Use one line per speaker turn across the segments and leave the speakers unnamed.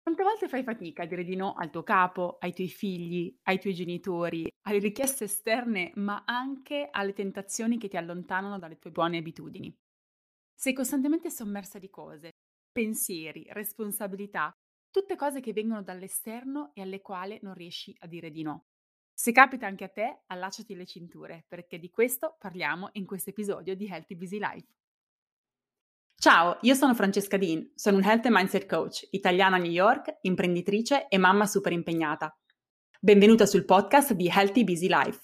Quante volte fai fatica a dire di no al tuo capo, ai tuoi figli, ai tuoi genitori, alle richieste esterne, ma anche alle tentazioni che ti allontanano dalle tue buone abitudini? Sei costantemente sommersa di cose, pensieri, responsabilità, tutte cose che vengono dall'esterno e alle quali non riesci a dire di no. Se capita anche a te, allacciati le cinture, perché di questo parliamo in questo episodio di Healthy Busy Life. Ciao, io sono Francesca Dean, sono un Health and Mindset Coach, italiana a New York, imprenditrice e mamma super impegnata. Benvenuta sul podcast di Healthy Busy Life.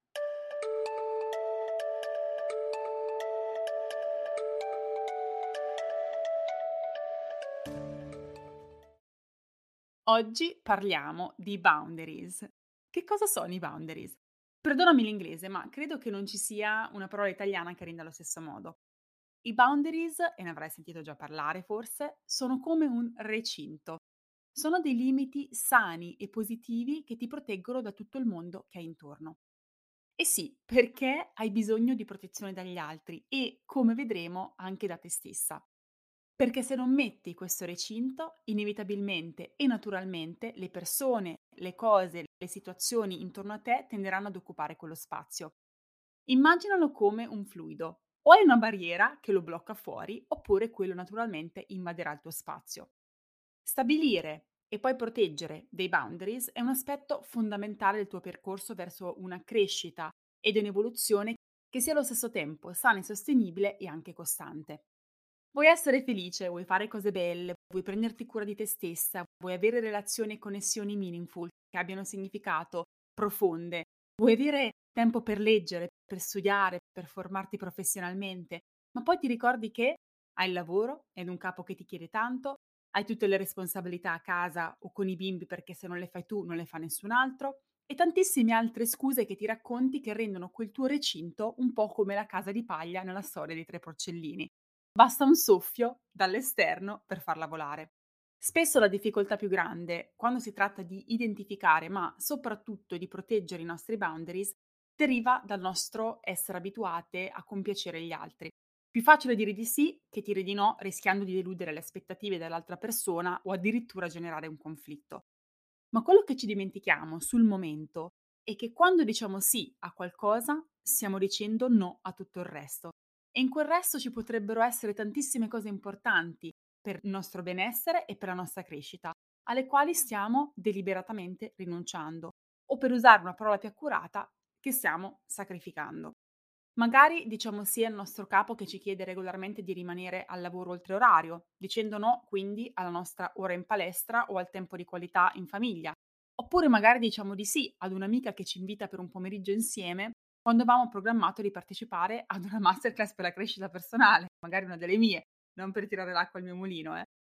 Oggi parliamo di boundaries. Che cosa sono i boundaries? Perdonami l'inglese, ma credo che non ci sia una parola italiana che renda allo stesso modo. I boundaries, e ne avrai sentito già parlare forse, sono come un recinto. Sono dei limiti sani e positivi che ti proteggono da tutto il mondo che hai intorno. Eh sì, perché hai bisogno di protezione dagli altri e, come vedremo, anche da te stessa. Perché se non metti questo recinto, inevitabilmente e naturalmente le persone, le cose, le situazioni intorno a te tenderanno ad occupare quello spazio. Immaginalo come un fluido. O hai una barriera che lo blocca fuori, oppure quello naturalmente invaderà il tuo spazio. Stabilire e poi proteggere dei boundaries è un aspetto fondamentale del tuo percorso verso una crescita ed un'evoluzione che sia allo stesso tempo sana e sostenibile e anche costante. Vuoi essere felice, vuoi fare cose belle, vuoi prenderti cura di te stessa, vuoi avere relazioni e connessioni meaningful che abbiano significato, profonde, vuoi avere tempo per leggere, per studiare, per formarti professionalmente, ma poi ti ricordi che hai il lavoro ed un capo che ti chiede tanto, hai tutte le responsabilità a casa o con i bimbi perché se non le fai tu non le fa nessun altro e tantissime altre scuse che ti racconti che rendono quel tuo recinto un po' come la casa di paglia nella storia dei tre porcellini. Basta un soffio dall'esterno per farla volare. Spesso la difficoltà più grande, quando si tratta di identificare, ma soprattutto di proteggere i nostri boundaries, deriva dal nostro essere abituate a compiacere gli altri. Più facile dire di sì che dire di no, rischiando di deludere le aspettative dell'altra persona o addirittura generare un conflitto. Ma quello che ci dimentichiamo sul momento è che quando diciamo sì a qualcosa, stiamo dicendo no a tutto il resto. E in quel resto ci potrebbero essere tantissime cose importanti per il nostro benessere e per la nostra crescita, alle quali stiamo deliberatamente rinunciando, o per usare una parola più accurata, che stiamo sacrificando. Magari diciamo sì al nostro capo che ci chiede regolarmente di rimanere al lavoro oltre orario, dicendo no quindi alla nostra ora in palestra o al tempo di qualità in famiglia. Oppure magari diciamo di sì ad un'amica che ci invita per un pomeriggio insieme quando avevamo programmato di partecipare ad una masterclass per la crescita personale, magari una delle mie, non per tirare l'acqua al mio mulino.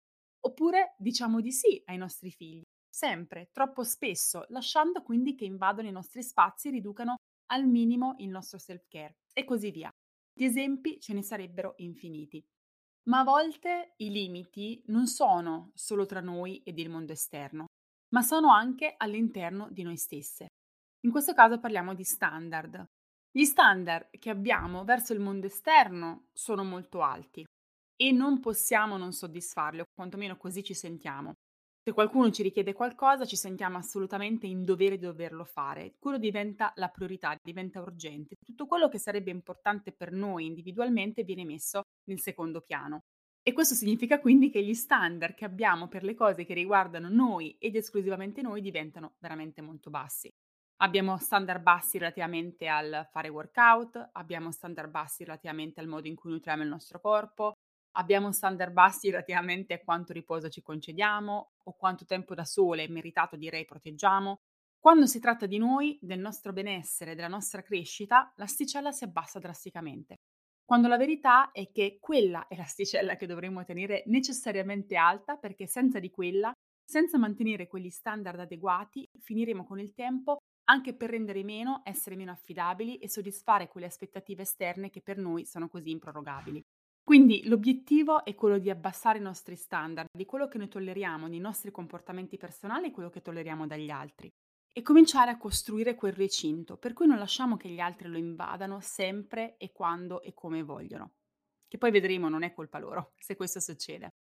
Oppure diciamo di sì ai nostri figli, sempre, troppo spesso, lasciando quindi che invadano i nostri spazi e riducano al minimo il nostro self-care e così via. Di esempi ce ne sarebbero infiniti. Ma a volte i limiti non sono solo tra noi ed il mondo esterno, ma sono anche all'interno di noi stesse. In questo caso parliamo di standard. Gli standard che abbiamo verso il mondo esterno sono molto alti e non possiamo non soddisfarli, o quantomeno così ci sentiamo. Se qualcuno ci richiede qualcosa, ci sentiamo assolutamente in dovere di doverlo fare. Quello diventa la priorità, diventa urgente. Tutto quello che sarebbe importante per noi individualmente viene messo nel secondo piano. E questo significa quindi che gli standard che abbiamo per le cose che riguardano noi ed esclusivamente noi diventano veramente molto bassi. Abbiamo standard bassi relativamente al fare workout, abbiamo standard bassi relativamente al modo in cui nutriamo il nostro corpo, abbiamo standard bassi relativamente a quanto riposo ci concediamo o quanto tempo da sole meritato direi proteggiamo. Quando si tratta di noi, del nostro benessere, della nostra crescita, l'asticella si abbassa drasticamente. Quando la verità è che quella è l'asticella che dovremmo tenere necessariamente alta perché senza di quella, senza mantenere quegli standard adeguati, finiremo con il tempo anche per rendere meno, essere meno affidabili e soddisfare quelle aspettative esterne che per noi sono così improrogabili. Quindi l'obiettivo è quello di abbassare i nostri standard, di quello che noi tolleriamo nei nostri comportamenti personali e quello che tolleriamo dagli altri. E cominciare a costruire quel recinto, per cui non lasciamo che gli altri lo invadano sempre e quando e come vogliono. Che poi vedremo non è colpa loro se questo succede.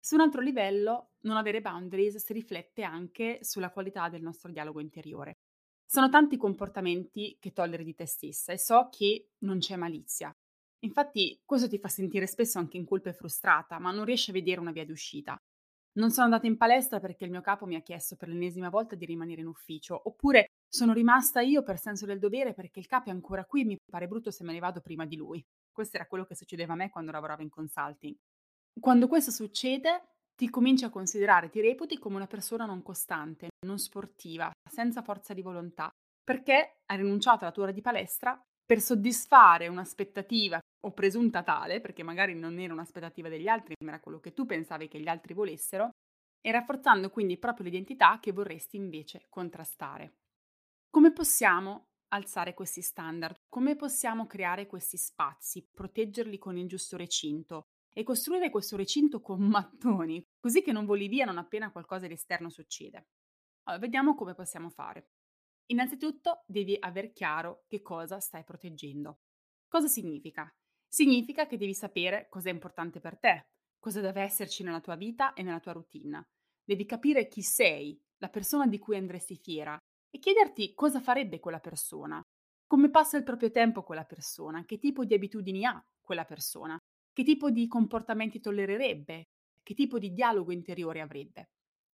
Su un altro livello, non avere boundaries si riflette anche sulla qualità del nostro dialogo interiore. Sono tanti i comportamenti che tolleri di te stessa e so che non c'è malizia. Infatti, questo ti fa sentire spesso anche in colpa e frustrata, ma non riesci a vedere una via d'uscita. Non sono andata in palestra perché il mio capo mi ha chiesto per l'ennesima volta di rimanere in ufficio, oppure sono rimasta io per senso del dovere perché il capo è ancora qui e mi pare brutto se me ne vado prima di lui. Questo era quello che succedeva a me quando lavoravo in consulting. Quando questo succede, ti cominci a considerare, ti reputi come una persona non costante, non sportiva, senza forza di volontà, perché hai rinunciato alla tua ora di palestra per soddisfare un'aspettativa o presunta tale, perché magari non era un'aspettativa degli altri, ma era quello che tu pensavi che gli altri volessero, e rafforzando quindi proprio l'identità che vorresti invece contrastare. Come possiamo alzare questi standard? Come possiamo creare questi spazi, proteggerli con il giusto recinto e costruire questo recinto con mattoni, così che non voli via non appena qualcosa di esterno succede? Allora, vediamo come possiamo fare. Innanzitutto devi aver chiaro che cosa stai proteggendo. Cosa significa? Significa che devi sapere cosa è importante per te, cosa deve esserci nella tua vita e nella tua routine. Devi capire chi sei, la persona di cui andresti fiera e chiederti cosa farebbe quella persona, come passa il proprio tempo quella persona, che tipo di abitudini ha quella persona, che tipo di comportamenti tollererebbe, che tipo di dialogo interiore avrebbe.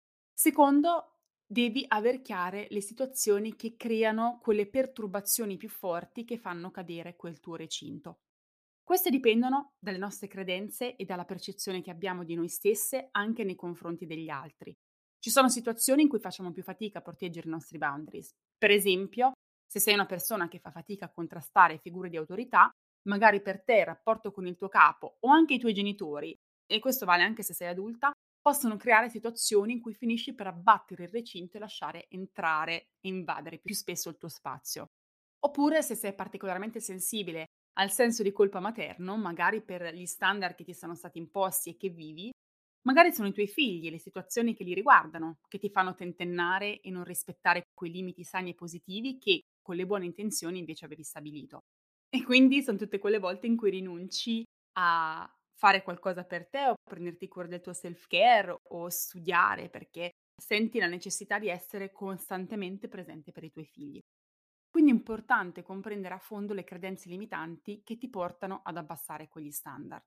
Secondo, devi aver chiare le situazioni che creano quelle perturbazioni più forti che fanno cadere quel tuo recinto. Queste dipendono dalle nostre credenze e dalla percezione che abbiamo di noi stesse anche nei confronti degli altri. Ci sono situazioni in cui facciamo più fatica a proteggere i nostri boundaries. Per esempio, se sei una persona che fa fatica a contrastare figure di autorità, magari per te il rapporto con il tuo capo o anche i tuoi genitori, e questo vale anche se sei adulta, possono creare situazioni in cui finisci per abbattere il recinto e lasciare entrare e invadere più spesso il tuo spazio. Oppure se sei particolarmente sensibile al senso di colpa materno, magari per gli standard che ti sono stati imposti e che vivi, magari sono i tuoi figli e le situazioni che li riguardano che ti fanno tentennare e non rispettare quei limiti sani e positivi che con le buone intenzioni invece avevi stabilito. E quindi son tutte quelle volte in cui rinunci a fare qualcosa per te o prenderti cura del tuo self-care o studiare perché senti la necessità di essere costantemente presente per i tuoi figli. Quindi è importante comprendere a fondo le credenze limitanti che ti portano ad abbassare quegli standard.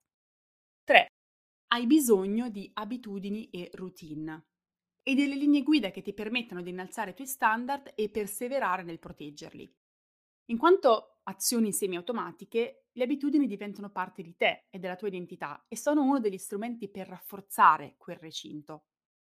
3. Hai bisogno di abitudini e routine e delle linee guida che ti permettano di innalzare i tuoi standard e perseverare nel proteggerli. In quanto azioni semi-automatiche, le abitudini diventano parte di te e della tua identità e sono uno degli strumenti per rafforzare quel recinto.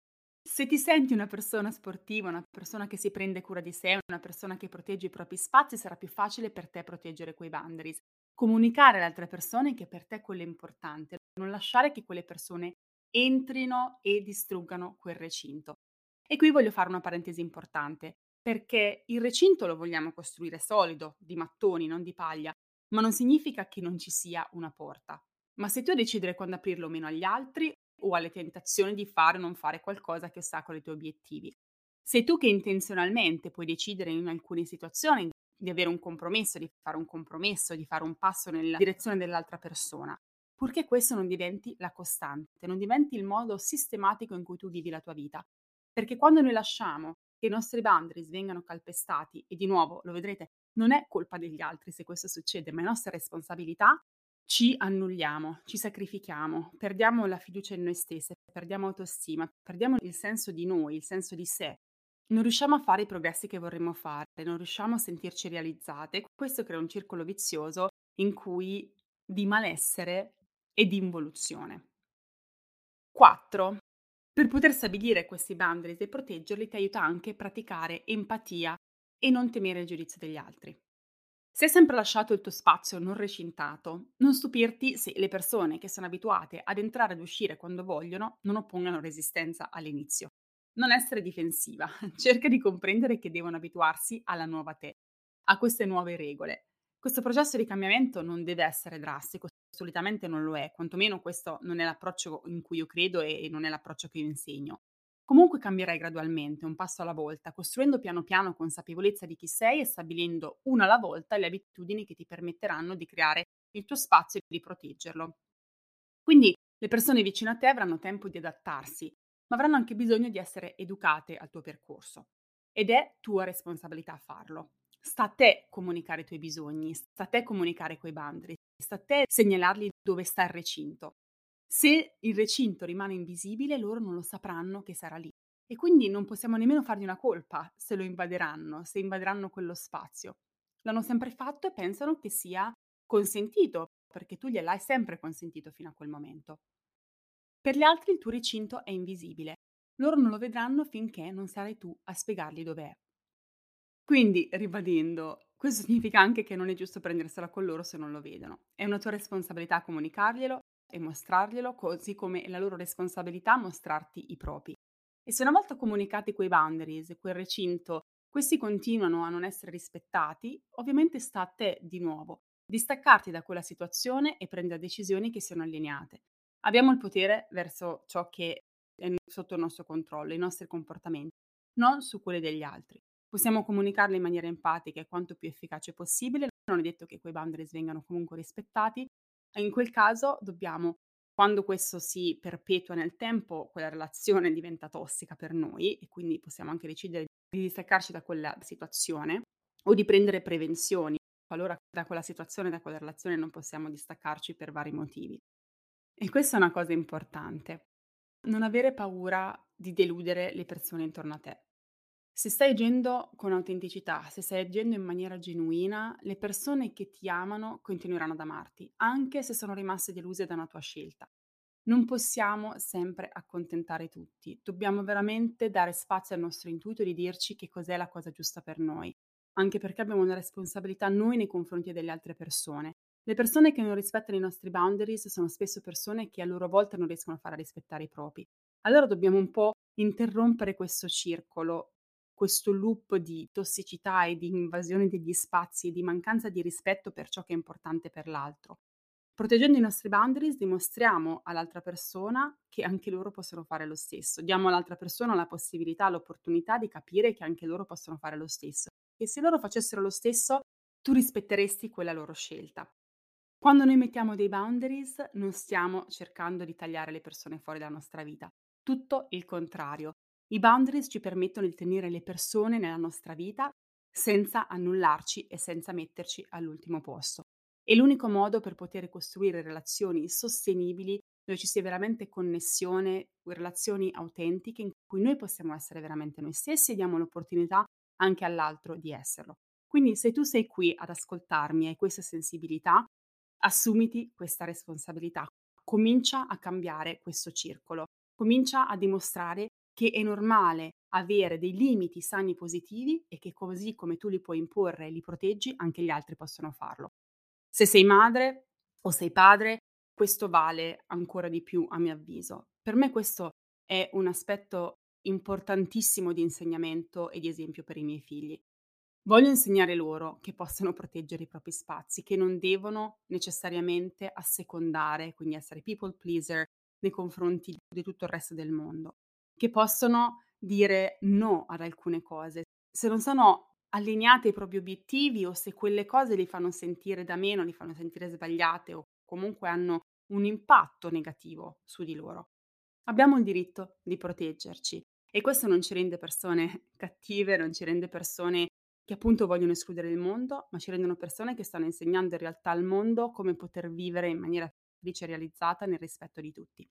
Se ti senti una persona sportiva, una persona che si prende cura di sé, una persona che protegge i propri spazi, sarà più facile per te proteggere quei boundaries. Comunicare alle altre persone che per te quello è importante, non lasciare che quelle persone entrino e distruggano quel recinto. E qui voglio fare una parentesi importante, perché il recinto lo vogliamo costruire solido, di mattoni, non di paglia, ma non significa che non ci sia una porta. Ma sei tu a decidere quando aprirlo o meno agli altri o alle tentazioni di fare o non fare qualcosa che ostacola i tuoi obiettivi. Sei tu che intenzionalmente puoi decidere in alcune situazioni di avere un compromesso, di fare un compromesso, di fare un passo nella direzione dell'altra persona, purché questo non diventi la costante, non diventi il modo sistematico in cui tu vivi la tua vita. Perché quando noi lasciamo che i nostri boundaries vengano calpestati, e di nuovo lo vedrete, non è colpa degli altri se questo succede, ma è nostra responsabilità, ci annulliamo, ci sacrifichiamo, perdiamo la fiducia in noi stesse, perdiamo autostima, perdiamo il senso di noi, il senso di sé. Non riusciamo a fare i progressi che vorremmo fare, non riusciamo a sentirci realizzate. Questo crea un circolo vizioso in cui di malessere e di involuzione. 4. Per poter stabilire questi boundaries e proteggerli ti aiuta anche a praticare empatia e non temere il giudizio degli altri. Se hai sempre lasciato il tuo spazio non recintato, non stupirti se le persone che sono abituate ad entrare ed uscire quando vogliono non oppongano resistenza all'inizio. Non essere difensiva, cerca di comprendere che devono abituarsi alla nuova te, a queste nuove regole. Questo processo di cambiamento non deve essere drastico, solitamente non lo è, quantomeno questo non è l'approccio in cui io credo e non è l'approccio che io insegno. Comunque cambierai gradualmente, un passo alla volta, costruendo piano piano consapevolezza di chi sei e stabilendo una alla volta le abitudini che ti permetteranno di creare il tuo spazio e di proteggerlo. Quindi Le persone vicino a te avranno tempo di adattarsi, ma avranno anche bisogno di essere educate al tuo percorso. Ed è tua responsabilità farlo. Sta a te comunicare i tuoi bisogni, sta a te comunicare quei boundary, sta a te segnalargli dove sta il recinto. Se il recinto rimane invisibile, loro non lo sapranno che sarà lì. E quindi non possiamo nemmeno fargli una colpa se lo invaderanno, se invaderanno quello spazio. L'hanno sempre fatto e pensano che sia consentito, perché tu gliel'hai sempre consentito fino a quel momento. Per gli altri il tuo recinto è invisibile. Loro non lo vedranno finché non sarai tu a spiegargli dov'è. Quindi, ribadendo, questo significa anche che non è giusto prendersela con loro se non lo vedono. È una tua responsabilità comunicarglielo e mostrarglielo, così come è la loro responsabilità mostrarti i propri. E se una volta comunicati quei boundaries, quel recinto, questi continuano a non essere rispettati, ovviamente sta a te di nuovo distaccarti da quella situazione e prendere decisioni che siano allineate. Abbiamo il potere verso ciò che è sotto il nostro controllo, i nostri comportamenti, non su quelli degli altri. Possiamo comunicarle in maniera empatica e quanto più efficace possibile, non è detto che quei boundaries vengano comunque rispettati, e in quel caso dobbiamo, quando questo si perpetua nel tempo, quella relazione diventa tossica per noi e quindi possiamo anche decidere di distaccarci da quella situazione o di prendere prevenzioni, qualora da quella situazione, da quella relazione non possiamo distaccarci per vari motivi. E questa è una cosa importante. Non avere paura di deludere le persone intorno a te. Se stai agendo con autenticità, se stai agendo in maniera genuina, le persone che ti amano continueranno ad amarti, anche se sono rimaste deluse da una tua scelta. Non possiamo sempre accontentare tutti, dobbiamo veramente dare spazio al nostro intuito di dirci che cos'è la cosa giusta per noi, anche perché abbiamo una responsabilità noi nei confronti delle altre persone. Le persone che non rispettano i nostri boundaries sono spesso persone che a loro volta non riescono a fare rispettare i propri. Allora dobbiamo un po' interrompere questo circolo, questo loop di tossicità e di invasione degli spazi e di mancanza di rispetto per ciò che è importante per l'altro. Proteggendo i nostri boundaries dimostriamo all'altra persona che anche loro possono fare lo stesso. Diamo all'altra persona la possibilità, l'opportunità di capire che anche loro possono fare lo stesso. E se loro facessero lo stesso, tu rispetteresti quella loro scelta. Quando noi mettiamo dei boundaries, non stiamo cercando di tagliare le persone fuori dalla nostra vita. Tutto il contrario. I boundaries ci permettono di tenere le persone nella nostra vita senza annullarci e senza metterci all'ultimo posto. È l'unico modo per poter costruire relazioni sostenibili dove ci sia veramente connessione, relazioni autentiche in cui noi possiamo essere veramente noi stessi e diamo l'opportunità anche all'altro di esserlo. Quindi se tu sei qui ad ascoltarmi e hai questa sensibilità, assumiti questa responsabilità. Comincia a cambiare questo circolo. Comincia a dimostrare che è normale avere dei limiti sani positivi e che così come tu li puoi imporre e li proteggi, anche gli altri possono farlo. Se sei madre o sei padre, questo vale ancora di più a mio avviso. Per me questo è un aspetto importantissimo di insegnamento e di esempio per i miei figli. Voglio insegnare loro che possono proteggere i propri spazi, che non devono necessariamente assecondare, quindi essere people pleaser nei confronti di tutto il resto del mondo, che possono dire no ad alcune cose. Se non sono allineate ai propri obiettivi o se quelle cose li fanno sentire da meno, li fanno sentire sbagliate o comunque hanno un impatto negativo su di loro. Abbiamo il diritto di proteggerci e questo non ci rende persone cattive, non ci rende persone che appunto vogliono escludere il mondo, ma ci rendono persone che stanno insegnando in realtà al mondo come poter vivere in maniera felice e realizzata nel rispetto di tutti.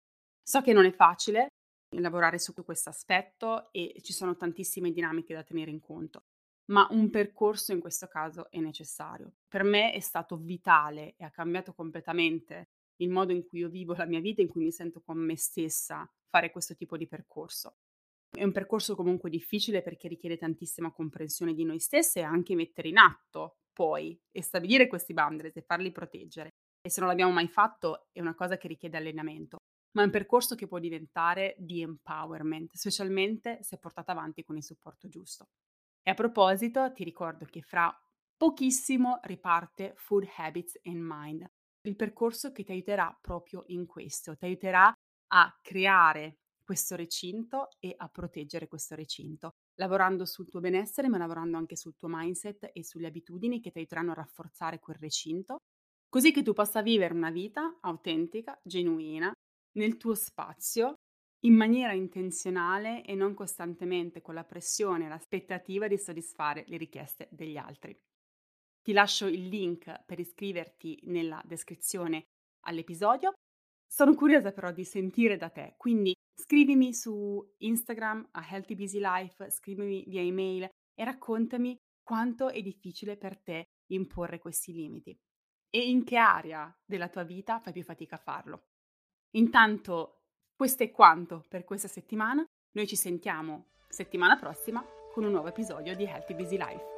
So che non è facile lavorare su questo aspetto e ci sono tantissime dinamiche da tenere in conto, ma un percorso in questo caso è necessario. Per me è stato vitale e ha cambiato completamente il modo in cui io vivo la mia vita, in cui mi sento con me stessa, fare questo tipo di percorso. È un percorso comunque difficile perché richiede tantissima comprensione di noi stesse e anche mettere in atto poi e stabilire questi boundaries e farli proteggere. E se non l'abbiamo mai fatto è una cosa che richiede allenamento, ma è un percorso che può diventare di empowerment, specialmente se portato avanti con il supporto giusto. E a proposito, ti ricordo che fra pochissimo riparte Food Habits in Mind, il percorso che ti aiuterà proprio in questo, ti aiuterà a creare questo recinto e a proteggere questo recinto, lavorando sul tuo benessere, ma lavorando anche sul tuo mindset e sulle abitudini che ti aiuteranno a rafforzare quel recinto, così che tu possa vivere una vita autentica, genuina nel tuo spazio in maniera intenzionale e non costantemente con la pressione e l'aspettativa di soddisfare le richieste degli altri. Ti lascio il link per iscriverti nella descrizione all'episodio. Sono curiosa però di sentire da te, quindi scrivimi su Instagram a Healthy Busy Life, scrivimi via email e raccontami quanto è difficile per te imporre questi limiti e in che area della tua vita fai più fatica a farlo. Intanto questo è quanto per questa settimana. Noi ci sentiamo settimana prossima con un nuovo episodio di Healthy Busy Life.